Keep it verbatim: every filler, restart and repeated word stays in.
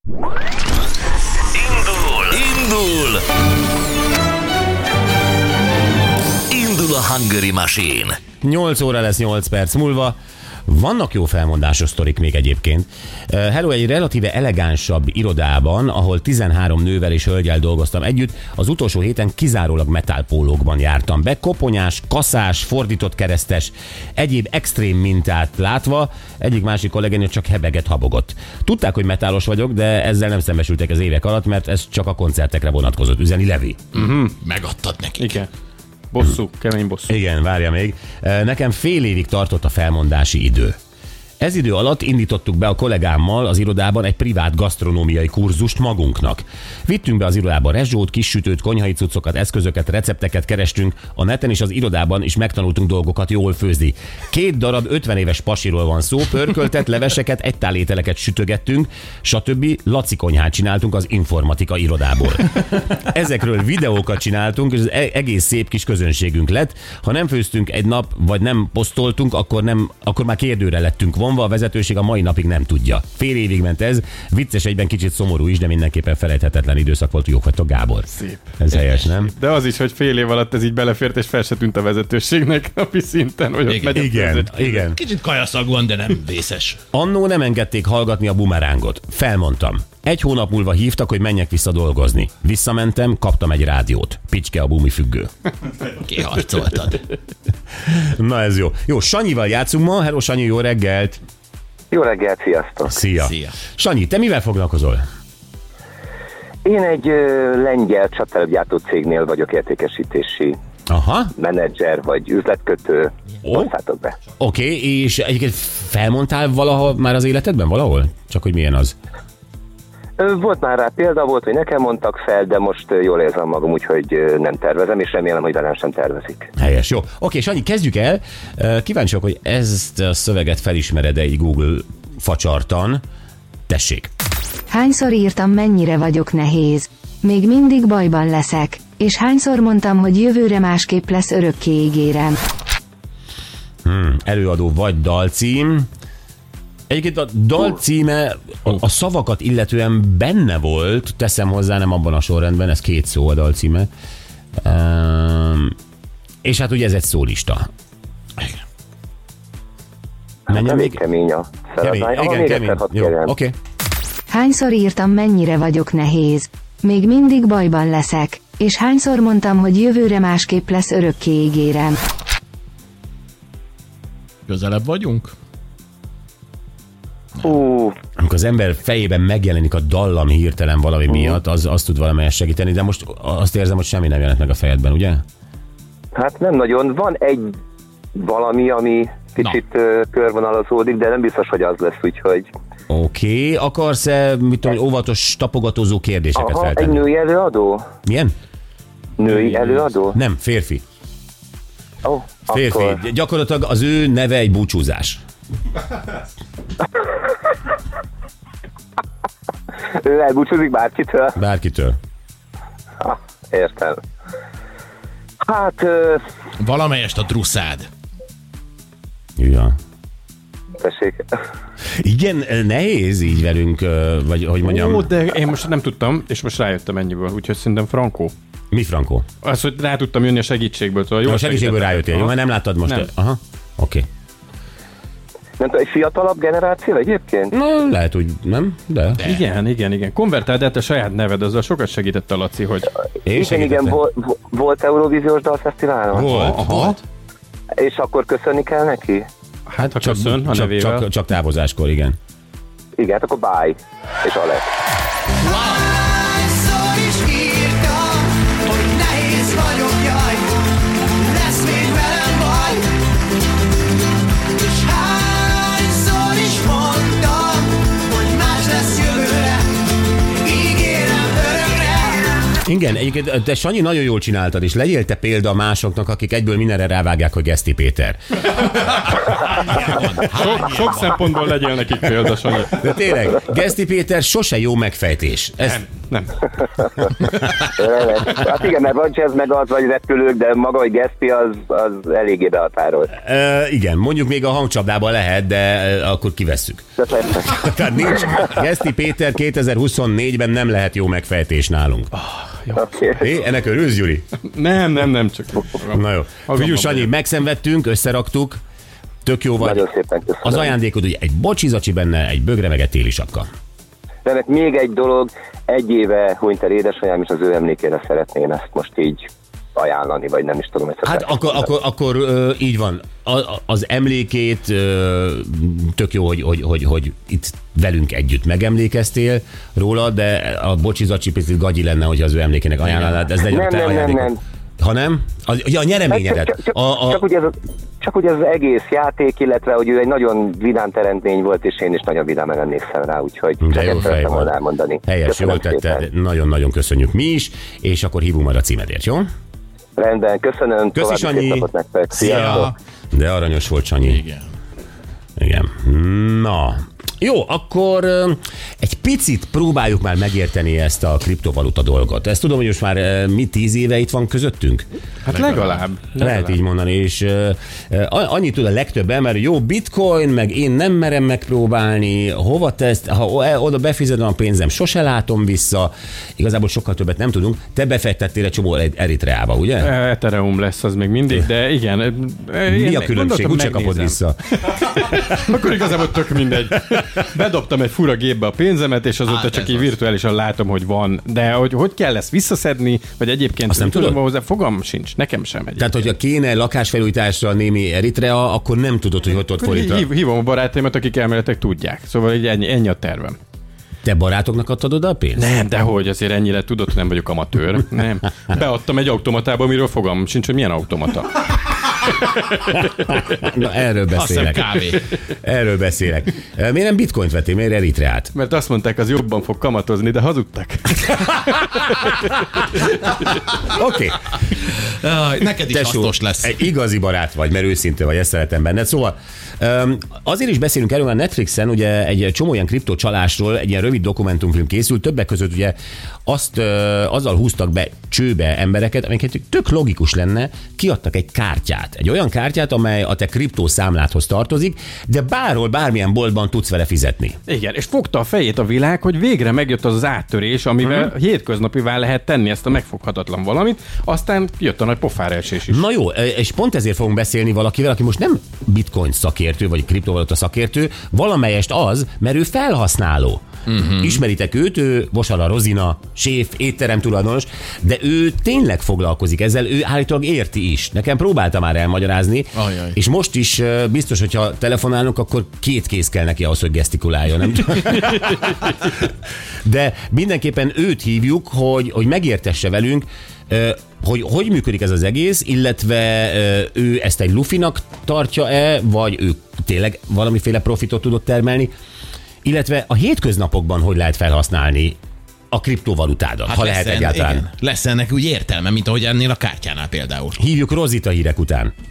Indul! Indul! Indul a Hungary Machine. nyolc óra lesz nyolc perc múlva. Vannak jó felmondásos sztorik még egyébként. Hello, egy relatíve elegánsabb irodában, ahol tizenhárom nővel és hölgyel dolgoztam együtt, az utolsó héten kizárólag metálpólókban jártam be, koponyás, kaszás, fordított keresztes, egyéb extrém mintát látva, egyik-másik kolléganő csak hebeget habogott. Tudták, hogy metálos vagyok, de ezzel nem szembesültek az évek alatt, mert ez csak a koncertekre vonatkozott. Üzeni Levi. Uh-huh. Megadtad nekik. Igen. Bosszú, kemény bosszú. Igen, várja még. Nekem fél évig tartott a felmondási idő. Ez idő alatt indítottuk be a kollégámmal az irodában egy privát gasztronómiai kurzust magunknak. Vittünk be az irodába rezsót, kis sütőt, konyhai cuccokat, eszközöket, recepteket kerestünk, a neten és az irodában is megtanultunk dolgokat jól főzni. Két darab ötven éves pasiról van szó, pörköltet, leveseket, egytál ételeket sütögettünk, stb. Laci konyhát csináltunk az informatika irodából. Ezekről videókat csináltunk, és az egész szép kis közönségünk lett. Ha nem főztünk egy nap, vagy nem posztoltunk, akkor, nem, akkor már kérdőre lettünk vonva, a vezetőség a mai napig nem tudja. Fél évig ment ez, vicces, egyben kicsit szomorú is, de mindenképpen felejthetetlen időszak volt, jók vagytok, Gábor. Szép. Ez helyes, nem? De az is, hogy fél év alatt ez így belefért, és fel se tűnt a vezetőségnek napi szinten, hogy ott megy a Igen, között. igen. Kicsit kajaszagúan, de nem vészes. Annó nem engedték hallgatni a bumerángot. Felmondtam. Egy hónap múlva hívtak, hogy menjek vissza dolgozni. Visszamentem, kaptam egy rádiót. Picske a bumi függő. Kiharcoltad. Na ez jó. Jó, Sanyival játszunk ma. Hello Sanyi, jó reggelt. Jó reggelt, sziasztok! Szia. Szia. Sanyi, te mivel foglalkozol? Én egy ö, lengyel csatárgyártó cégnél vagyok értékesítési Aha. menedzser vagy üzletkötő. Ó. Hozzátok be. Oké, okay, és egyébként felmondtál valaha már az életedben valahol? Csak hogy milyen az? Ö, Volt már rá példa, volt, hogy nekem mondtak fel, de most ö, jól érzem magam, úgyhogy ö, nem tervezem, és remélem, hogy velem sem tervezik. Helyes, jó. Oké, Sanyi, kezdjük el. Kíváncsiak, hogy ezt a szöveget felismered-e egy Google facsartan. Tessék. Hányszor írtam, mennyire vagyok nehéz? Még mindig bajban leszek. És hányszor mondtam, hogy jövőre másképp lesz, örökké ígérem. Hmm, előadó vagy dalcím. Egyébként a dalcíme a, a szavakat illetően benne volt, teszem hozzá, nem abban a sorrendben, ez két szó a dalcíme. Um, és hát ugye ez egy szólista. Hát elég kemény a Kemény, feladvány. igen, kemény. Jó, oké. Okay. Hányszor írtam, mennyire vagyok nehéz? Még mindig bajban leszek. És hányszor mondtam, hogy jövőre másképp lesz, örökké ígérem. Közelebb vagyunk? Hú, Amikor az ember fejében megjelenik a dallam hirtelen valami miatt, az, az tud valamelyest segíteni, de most azt érzem, hogy semmi nem jelent meg a fejedben, ugye? hát nem nagyon. Van egy valami, ami kicsit ö, körvonalazódik, de nem biztos, hogy az lesz, úgyhogy... Oké, okay. Akarsz-e, mit tudom, óvatos, tapogatózó kérdéseket Aha, egy feltenni? női előadó? Milyen? Női előadó? Nem, férfi. Ó, oh, Férfi. akkor... Gyakorlatilag az ő neve egy búcsúzás. Ő elbúcsúzik bárkitől? Bárkitől. Ah, értem. Hát... Ö, Valamelyest a druszád. Ja. tessék... Igen, nehéz így velünk, vagy hogy mondjam. Ó, de én most nem tudtam, és most rájöttem ennyiből, úgyhogy szerintem Frankó. Mi Frankó? Az, hogy rá tudtam jönni a segítségből. Szóval jó, A segítségből rájöttél, jó, mert nem láttad most. Nem. Aha, oké. Okay. Nem tudom, egy fiatalabb generáció egyébként? Na, lehet, hogy nem, de. De. Igen, igen, igen. Konvertáld el a saját neved, azzal sokat segített a Laci, hogy... Én Igen, igen, vol, volt Eurovíziós Dalfesztiválon? Volt. Aha. És akkor köszönni kell neki? Hát, ha Csak, köszön a csak, nevével. csak, csak távozáskor, igen. Igen, hát akkor bye. És Alex. Hányszor is írtam, hogy nehéz vagyok, jaj, lesz még velem baj. És hányszor is mondtam, hogy más lesz jövőre, ígérem örökre. Igen, egyébként te Sanyi nagyon jól csináltad, és legyél te példa másoknak, akik egyből mindenre rávágják, hogy Geszti Péter. Sok, sok szempontból legyél nekik példa, Sanyi. De tényleg, Geszti Péter sose jó megfejtés. Ez Nem. Hát igen, mert van jazz meg az, vagy repülők, de maga, hogy Geszti, az, az eléggé behatárolt. E, igen, mondjuk még a hangcsapdában lehet, de e, akkor kivesszük. Tehát nincs. Geszti Péter kétezer-huszonnégyben nem lehet jó megfejtés nálunk. Okay. É, ennek örülsz, Gyuri? Nem, nem, nem, csak... Na jó. Figyelj, Sanyi, megszenvedtünk, összeraktuk. Tök jó vagy. Nagyon szépen köszönöm. Az ajándékod ugye egy bocsizacsi benne, egy bögre, meg egy téli sapka. De még egy dolog, egy éve hunyt el édesanyám, és az ő emlékére szeretném ezt most így ajánlani, vagy nem is tudom. Ezt Hát akkor, akkor, akkor ö, így van. A, az emlékét ö, tök jó, hogy, hogy, hogy, hogy itt velünk együtt megemlékeztél róla, de a bocsizacsi picit gagyi lenne, hogy az ő emlékének ajánlanád. Ez legyen nem, a te nem, nem, ajándékod. nem. Ha nem? A, a nyereményedet. Csak, csak, a, a... csak, ugye ez, csak ugye ez az egész játék, illetve hogy ő egy nagyon vidám teremtmény volt, és én is nagyon vidáman emlékszem rá, úgyhogy De jó fej van. elmondani. Helyes, Köszönöm jól tette. szépen. Nagyon-nagyon köszönjük mi is, és akkor hívunk majd a címedért, jó? Rendben, köszönöm. Köszi, további szép Sanyi. napot nektek. Szia. Sziasztok. De aranyos volt, Sanyi. Igen. Igen. Na, jó, akkor ö, egy picit próbáljuk már megérteni ezt a kriptovaluta dolgot. Ezt tudom, hogy most már ö, mi tíz éve itt van közöttünk? Hát legalább. Lehet így mondani, és uh, annyit tud a legtöbb ember, hogy jó, bitcoin, meg én nem merem megpróbálni, hova teszt, ha oda befizetem a pénzem, sose látom vissza, igazából sokkal többet nem tudunk. Te befektettél egy csomó Eritreába, ugye? Ethereum lesz az még mindig, de igen. Mi a különbség? Úgyse kapod vissza. Akkor igazából tök mindegy. Bedobtam egy fura gépbe a pénzemet, és azóta Hát csak ez így az. virtuálisan látom, hogy van. De hogy, hogy kell ezt visszaszedni, vagy egyébként Azt nem tudom tudod? hozzá, fogalmam sincs. Nekem sem egy. Tehát, hogyha kéne lakásfelújításra némi Eritrea, akkor nem tudod, hogy hogy tudod fordítani. Hív, hívom a barátaimat, akik elméletek tudják. Szóval így ennyi, ennyi a tervem. Te barátoknak adtad oda a pénzt? Nem, de hogy azért ennyire tudod, hogy nem vagyok amatőr. Nem. Beadtam egy automatába, amiről fogalmam sincs, hogy milyen automata. Na, erről Azt hiszem beszélek. kávé. Erről beszélek. Miért nem bitcoint vettél, miért Eritreát? Mert azt mondták, az jobban fog kamatozni, de hazudtak. Oké. Jaj, neked is Tesó, hasznos lesz. egy igazi barát vagy, mert őszinte vagy, ezt szeretem benned. Szóval um, azért is beszélünk erről, mert Netflixen ugye egy csomó ilyen kriptocsalásról egy ilyen rövid dokumentumfilm készült, többek között ugye azt uh, azzal húztak be csőbe embereket, amiket tök logikus lenne, kiadtak egy kártyát. Egy olyan kártyát, amely a te kriptószámládhoz tartozik, de bárhol, bármilyen boltban tudsz vele fizetni. Igen, és fogta a fejét a világ, hogy végre megjött az az áttörés, amivel uh-huh. hétköznapivá lehet tenni ezt a megfoghatatlan valamit, aztán jött a nagy pofáraesés is. Na jó, és pont ezért fogunk beszélni valakivel, aki most nem bitcoin szakértő, vagy kriptovaluta szakértő, valamelyest az, mert ő felhasználó. Uh-huh. Ismeritek őt, ő Vosala Rozina, séf, étterem tulajdonos, de ő tényleg foglalkozik ezzel, ő állítólag érti is. Nekem próbálta már elmagyarázni, Ajaj. és most is biztos, hogyha telefonálunk, akkor két kéz kell neki ahhoz, hogy gesztikuláljon. Nem? De mindenképpen őt hívjuk, hogy, hogy megértesse velünk, hogy hogy működik ez az egész, illetve ő ezt egy lufinak tartja-e, vagy ő tényleg valamiféle profitot tudott termelni, illetve a hétköznapokban hogy lehet felhasználni a kriptovalutádat, ha lehet lesz egyáltalán. Igen. Lesz ennek úgy értelme, mint ahogy ennél a kártyánál például. Hívjuk Rozit a hírek után.